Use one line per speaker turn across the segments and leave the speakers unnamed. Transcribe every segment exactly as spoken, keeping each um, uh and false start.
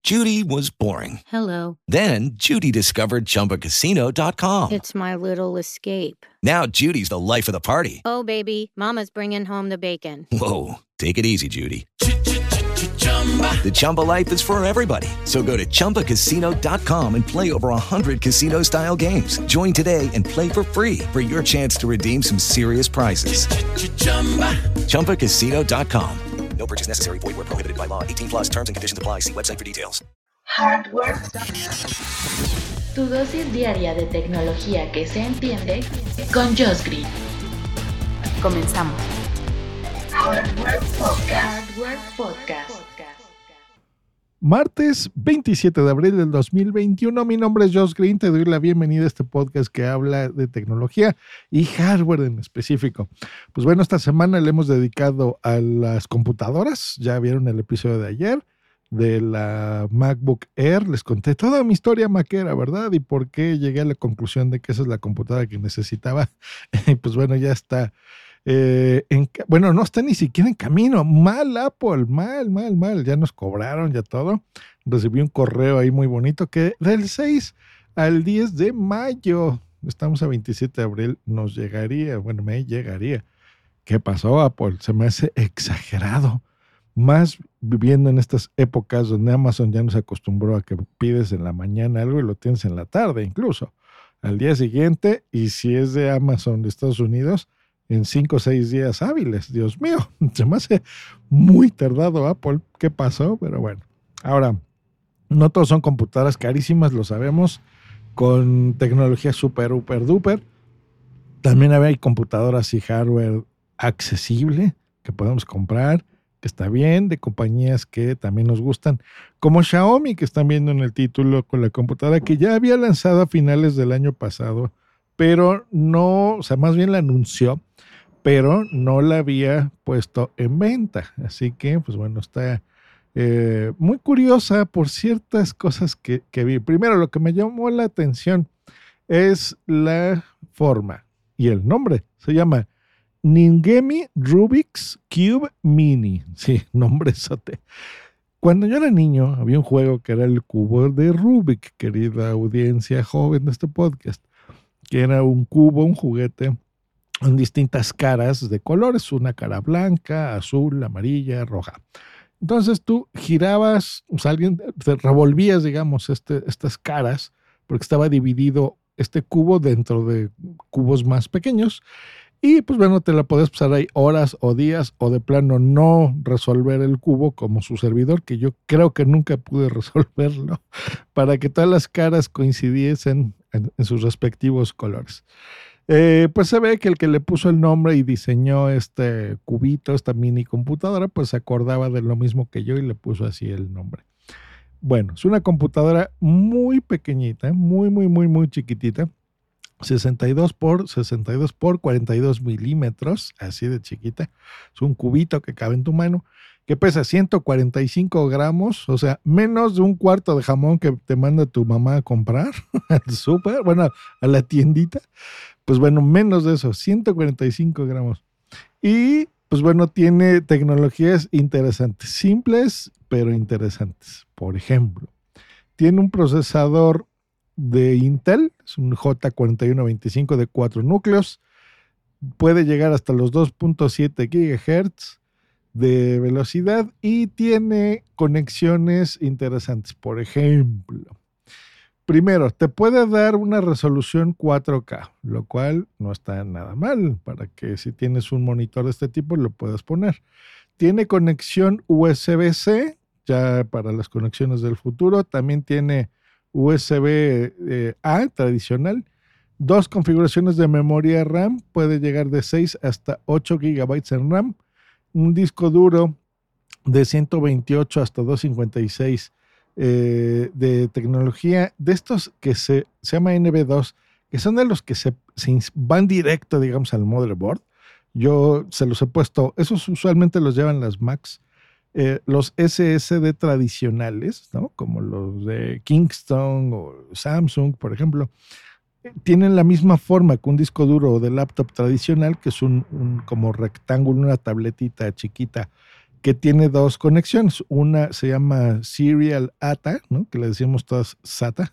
Judy was boring.
Hello.
Then Judy discovered Chumba Casino dot com.
It's my little escape.
Now Judy's the life of the party.
Oh, baby, mama's bringing home the bacon.
Whoa, take it easy, Judy. The Chumba life is for everybody. So go to Chumba Casino dot com and play over one hundred casino-style games. Join today and play for free for your chance to redeem some serious prizes. Chumba Casino dot com. No purchase necessary. Void where prohibited by law. eighteen plus terms and conditions apply. See website for details.
Hardware. Tu dosis diaria de tecnología que se entiende con Josh Green.
Comenzamos.
Hardware Podcast. Hardware Podcast.
Martes veintisiete de abril del dos mil veintiuno, mi nombre es Josh Green, te doy la bienvenida a este podcast que habla de tecnología y hardware en específico. Pues bueno, esta semana le hemos dedicado a las computadoras, ya vieron el episodio de ayer de la MacBook Air, les conté toda mi historia maquera, ¿verdad? Y por qué llegué a la conclusión de que esa es la computadora que necesitaba. Pues bueno, ya está. Eh, en, bueno, no está ni siquiera en camino. Mal Apple, mal, mal, mal. Ya nos cobraron, ya todo. Recibí un correo ahí muy bonito que del seis al diez de mayo, estamos a veintisiete de abril, nos llegaría, bueno, me llegaría. ¿Qué pasó, Apple? Se me hace exagerado. Más viviendo en estas épocas donde Amazon ya nos acostumbró a que pides en la mañana algo y lo tienes en la tarde incluso. Al día siguiente, y si es de Amazon de Estados Unidos, en cinco o seis días hábiles. Dios mío, se me hace muy tardado Apple. ¿Qué pasó? Pero bueno, ahora, no todos son computadoras carísimas, lo sabemos, con tecnología super, super, duper. También hay computadoras y hardware accesible que podemos comprar, que está bien, de compañías que también nos gustan, como Xiaomi, que están viendo en el título, con la computadora que ya había lanzado a finales del año pasado, pero no, o sea, más bien la anunció, pero no la había puesto en venta. Así que, pues bueno, está eh, muy curiosa por ciertas cosas que, que vi. Primero, lo que me llamó la atención es la forma y el nombre. Se llama Ningemi Rubik's Cube Mini. Sí, nombrezote. Cuando yo era niño, había un juego que era el cubo de Rubik, querida audiencia joven de este podcast, que era un cubo, un juguete, con distintas caras de colores, una cara blanca, azul, amarilla, roja. Entonces tú girabas, o sea, alguien, te revolvías, digamos, este, estas caras, porque estaba dividido este cubo dentro de cubos más pequeños, y pues bueno, te la podías pasar ahí horas o días, o de plano no resolver el cubo como su servidor, que yo creo que nunca pude resolverlo, para que todas las caras coincidiesen en, en sus respectivos colores. Eh, pues se ve que el que le puso el nombre y diseñó este cubito, esta mini computadora, pues se acordaba de lo mismo que yo y le puso así el nombre. Bueno, es una computadora muy pequeñita, muy, muy, muy, muy chiquitita, sesenta y dos por sesenta y dos por cuarenta y dos milímetros, así de chiquita. Es un cubito que cabe en tu mano, que pesa ciento cuarenta y cinco gramos, o sea, menos de un cuarto de jamón que te manda tu mamá a comprar al súper, bueno, a la tiendita. Pues bueno, menos de eso, ciento cuarenta y cinco gramos. Y pues bueno, tiene tecnologías interesantes, simples, pero interesantes. Por ejemplo, tiene un procesador de Intel, es un J cuatro uno veinticinco de cuatro núcleos, puede llegar hasta los dos punto siete gigahertz de velocidad y tiene conexiones interesantes. Por ejemplo, primero, te puede dar una resolución cuatro K, lo cual no está nada mal, para que si tienes un monitor de este tipo lo puedas poner. Tiene conexión U S B C, ya para las conexiones del futuro. También tiene U S B eh, A tradicional. Dos configuraciones de memoria RAM, puede llegar de seis hasta ocho gigabytes en RAM. Un disco duro de ciento veintiocho hasta doscientos cincuenta y seis eh, de tecnología, de estos que se, se llama N V dos, que son de los que se, se van directo, digamos, al motherboard. Yo se los he puesto, esos usualmente los llevan las Macs, eh, los S S D tradicionales, ¿no? Como los de Kingston o Samsung, por ejemplo, tienen la misma forma que un disco duro de laptop tradicional, que es un, un como rectángulo, una tabletita chiquita que tiene dos conexiones. Una se llama Serial A T A, ¿no? Que le decimos todas SATA,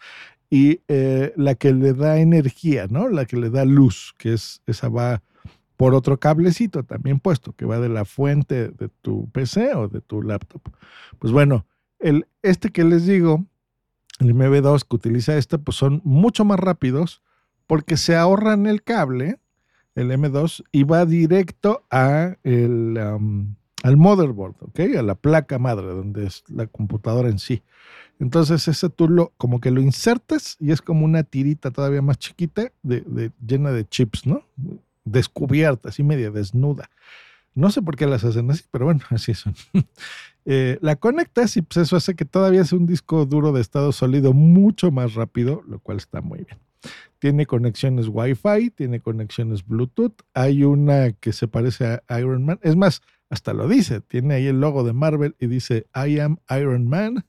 y eh, la que le da energía, ¿no? La que le da luz, que es esa va por otro cablecito también puesto, que va de la fuente de tu P C o de tu laptop. Pues bueno, el, este que les digo, el M V dos que utiliza este, pues son mucho más rápidos porque se ahorran el cable, el M dos, y va directo a el, um, al motherboard, ¿ok? A la placa madre, donde es la computadora en sí. Entonces ese tú lo, como que lo insertas y es como una tirita todavía más chiquita de, de, llena de chips, ¿no? Descubierta, así media desnuda. No sé por qué las hacen así, pero bueno, así son. eh, la conectas y pues eso hace que todavía sea un disco duro de estado sólido mucho más rápido, lo cual está muy bien. Tiene conexiones Wi-Fi, tiene conexiones Bluetooth. Hay una que se parece a Iron Man. Es más, hasta lo dice. Tiene ahí el logo de Marvel y dice I am Iron Man.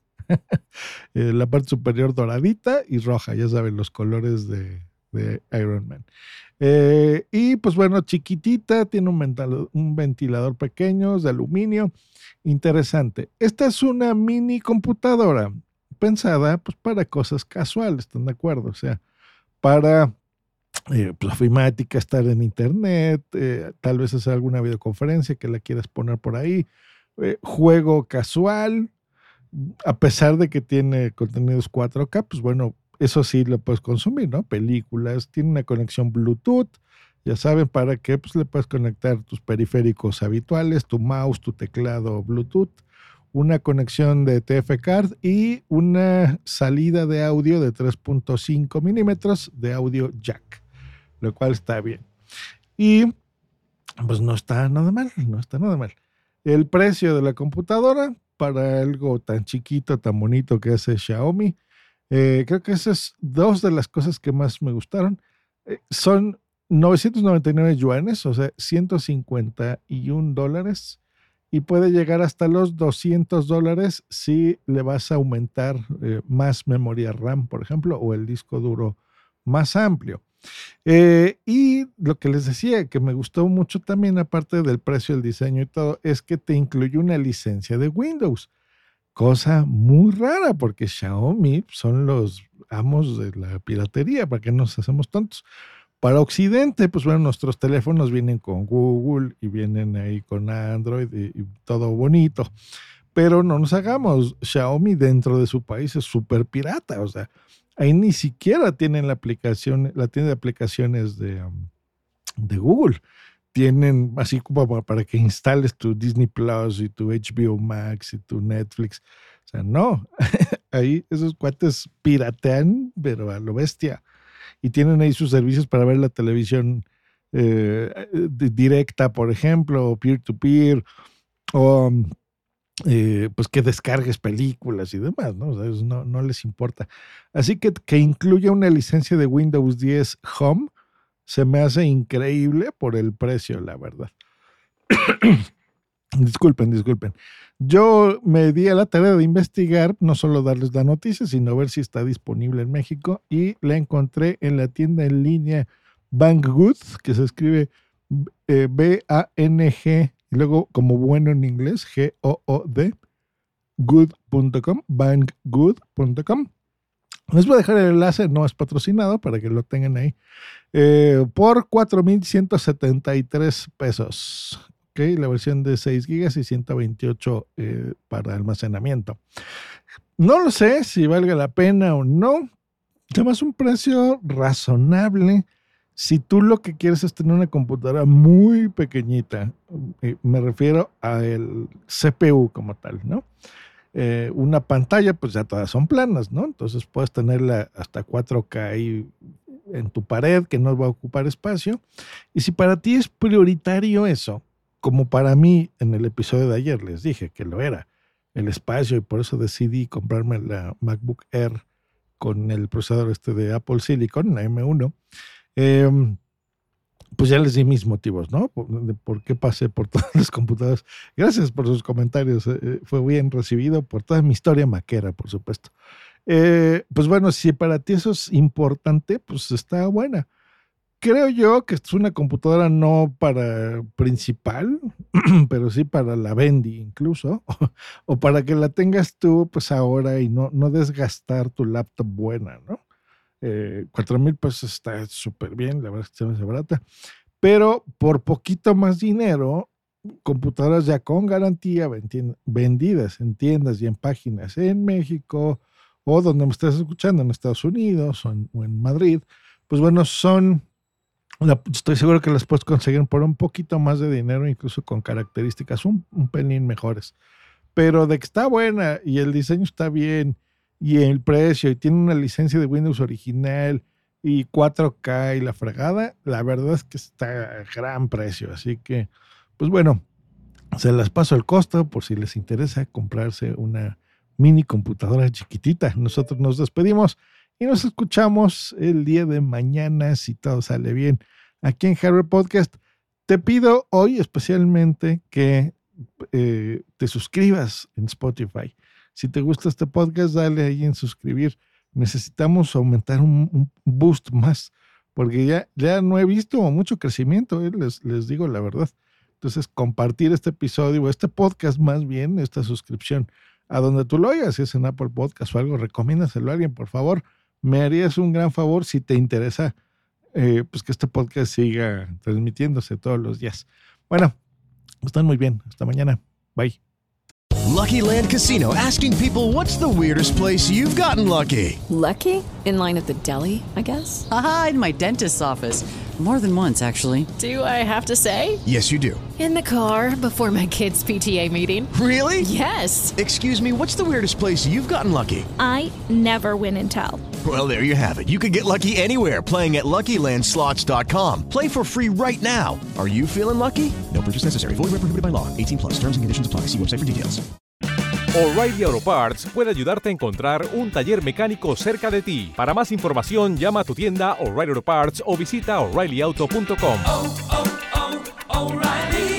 eh, la parte superior doradita y roja. Ya saben, los colores de, de Iron Man. Eh, y pues bueno, chiquitita. Tiene un ventilador, un ventilador pequeño de aluminio. Interesante. Esta es una mini computadora pensada pues para cosas casuales, ¿están de acuerdo? O sea, para eh, pues, ofimática, estar en internet, eh, tal vez hacer alguna videoconferencia que la quieras poner por ahí, eh, juego casual, a pesar de que tiene contenidos cuatro K, pues bueno, eso sí lo puedes consumir, ¿no? Películas, tiene una conexión Bluetooth, ya saben para qué, pues le puedes conectar tus periféricos habituales, tu mouse, tu teclado Bluetooth, una conexión de T F Card y una salida de audio de tres punto cinco milímetros de audio jack, lo cual está bien. Y pues no está nada mal, no está nada mal. El precio de la computadora para algo tan chiquito, tan bonito que hace Xiaomi, eh, creo que esas dos de las cosas que más me gustaron. Eh, son novecientos noventa y nueve yuanes, o sea, ciento cincuenta y un dólares. Y puede llegar hasta los doscientos dólares si le vas a aumentar eh, más memoria RAM, por ejemplo, o el disco duro más amplio. Eh, y lo que les decía, que me gustó mucho también, aparte del precio, el diseño y todo, es que te incluye una licencia de Windows. Cosa muy rara, porque Xiaomi son los amos de la piratería, ¿para qué nos hacemos tontos? Para Occidente, pues bueno, nuestros teléfonos vienen con Google y vienen ahí con Android y, y todo bonito. Pero no nos hagamos, Xiaomi dentro de su país es súper pirata, o sea, ahí ni siquiera tienen la aplicación, la tienda de aplicaciones de, um, de Google. Tienen así como para que instales tu Disney Plus y tu H B O Max y tu Netflix. O sea, no, ahí esos cuates piratean, pero a lo bestia. Y tienen ahí sus servicios para ver la televisión eh, directa, por ejemplo, o peer-to-peer, o eh, pues que descargues películas y demás, ¿no? O sea, eso no, no les importa. Así que que incluya una licencia de Windows diez Home se me hace increíble por el precio, la verdad. Disculpen, disculpen. Yo me di a la tarea de investigar, no solo darles la noticia, sino ver si está disponible en México, y la encontré en la tienda en línea Banggood, que se escribe eh, B A N G, y luego como bueno en inglés, G O O D, good punto com, banggood punto com. Les voy a dejar el enlace, no es patrocinado, para que lo tengan ahí, eh, por cuatro mil ciento setenta y tres pesos. Okay, la versión de seis gigas y ciento veintiocho eh, para almacenamiento. No lo sé si valga la pena o no. Además, un precio razonable. Si tú lo que quieres es tener una computadora muy pequeñita, eh, me refiero al C P U como tal, ¿no? Eh, una pantalla, pues ya todas son planas, ¿no? Entonces puedes tenerla hasta cuatro K ahí en tu pared, que no va a ocupar espacio. Y si para ti es prioritario eso, como para mí en el episodio de ayer les dije que lo era, el espacio, y por eso decidí comprarme la MacBook Air con el procesador este de Apple Silicon, la M uno, eh, pues ya les di mis motivos, ¿no? Por, de por qué pasé por todas las computadoras. Gracias por sus comentarios, eh, fue bien recibido, por toda mi historia maquera, por supuesto. Eh, pues bueno, si para ti eso es importante, pues está buena. Creo yo que es una computadora no para principal, pero sí para la vendi incluso, o, o para que la tengas tú pues ahora y no, no desgastar tu laptop buena, ¿no? Eh, cuatro mil pesos está súper bien, la verdad es que se me hace barata, pero por poquito más dinero, computadoras ya con garantía vendidas en tiendas y en páginas en México o donde me estés escuchando, en Estados Unidos o en, o en Madrid, pues bueno, son, la, estoy seguro que las puedes conseguir por un poquito más de dinero, incluso con características un, un pelín mejores, pero de que está buena y el diseño está bien y el precio y tiene una licencia de Windows original y cuatro K y la fregada, la verdad es que está a gran precio, así que pues bueno, se las paso el costo por si les interesa comprarse una mini computadora chiquitita. Nosotros nos despedimos y nos escuchamos el día de mañana, si todo sale bien, aquí en Hardware Podcast. Te pido hoy especialmente que eh, te suscribas en Spotify. Si te gusta este podcast, dale ahí en suscribir. Necesitamos aumentar un, un boost más, porque ya, ya no he visto mucho crecimiento, eh, les, les digo la verdad. Entonces, compartir este episodio o este podcast más bien, esta suscripción, a donde tú lo oigas, si es en Apple Podcast o algo, recomiéndaselo a alguien, por favor. Me harías un gran favor si te interesa eh, pues que este podcast siga transmitiéndose todos los días. Bueno, están muy bien. Hasta mañana. Bye.
Lucky Land Casino, asking people, what's the weirdest place you've gotten lucky?
Lucky? In line at the deli, I guess?
Aha, in my dentist's office. More than once, actually.
Do I have to say?
Yes, you do.
In the car before my kids' P T A meeting.
Really?
Yes.
Excuse me, what's the weirdest place you've gotten lucky?
I never win and tell.
Well, there you have it. You can get lucky anywhere, playing at Lucky Land Slots dot com. Play for free right now. Are you feeling lucky? No purchase necessary. Void where prohibited by law. eighteen plus. Terms and conditions apply. See website for details.
O'Reilly Auto Parts puede ayudarte a encontrar un taller mecánico cerca de ti. Para más información, llama a tu tienda O'Reilly Auto Parts o visita O'Reilly Auto punto com.
Oh, oh, oh, O'Reilly.